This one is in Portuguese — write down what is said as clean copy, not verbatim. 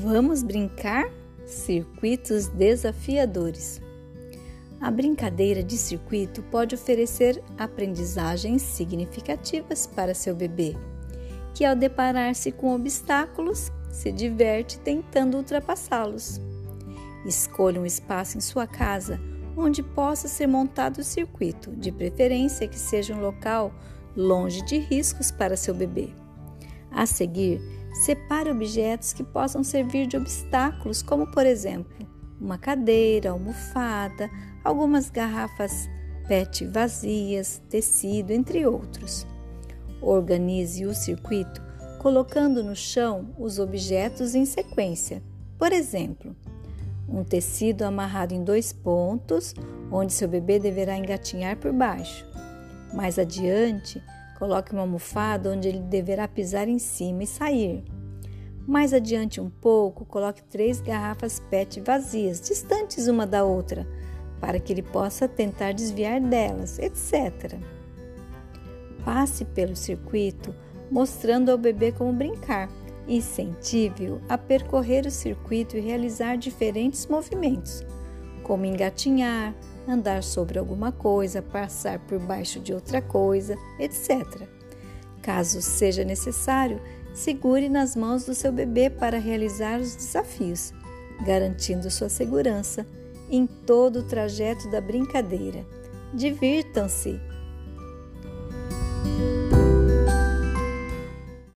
Vamos brincar? Circuitos desafiadores. A brincadeira de circuito pode oferecer aprendizagens significativas para seu bebê, que ao deparar-se com obstáculos, se diverte tentando ultrapassá-los. Escolha um espaço em sua casa onde possa ser montado o circuito, de preferência que seja um local longe de riscos para seu bebê. A seguir, separe objetos que possam servir de obstáculos, como por exemplo, uma cadeira, almofada, algumas garrafas PET vazias, tecido, entre outros. Organize o circuito colocando no chão os objetos em sequência. Por exemplo, um tecido amarrado em 2 pontos, onde seu bebê deverá engatinhar por baixo. Mais adiante, coloque uma almofada onde ele deverá pisar em cima e sair. Mais adiante um pouco, coloque 3 garrafas PET vazias, distantes uma da outra, para que ele possa tentar desviar delas, etc. Passe pelo circuito, mostrando ao bebê como brincar, e incentive-o a percorrer o circuito e realizar diferentes movimentos, como engatinhar, andar sobre alguma coisa, passar por baixo de outra coisa, etc. Caso seja necessário, segure nas mãos do seu bebê para realizar os desafios, garantindo sua segurança em todo o trajeto da brincadeira. Divirtam-se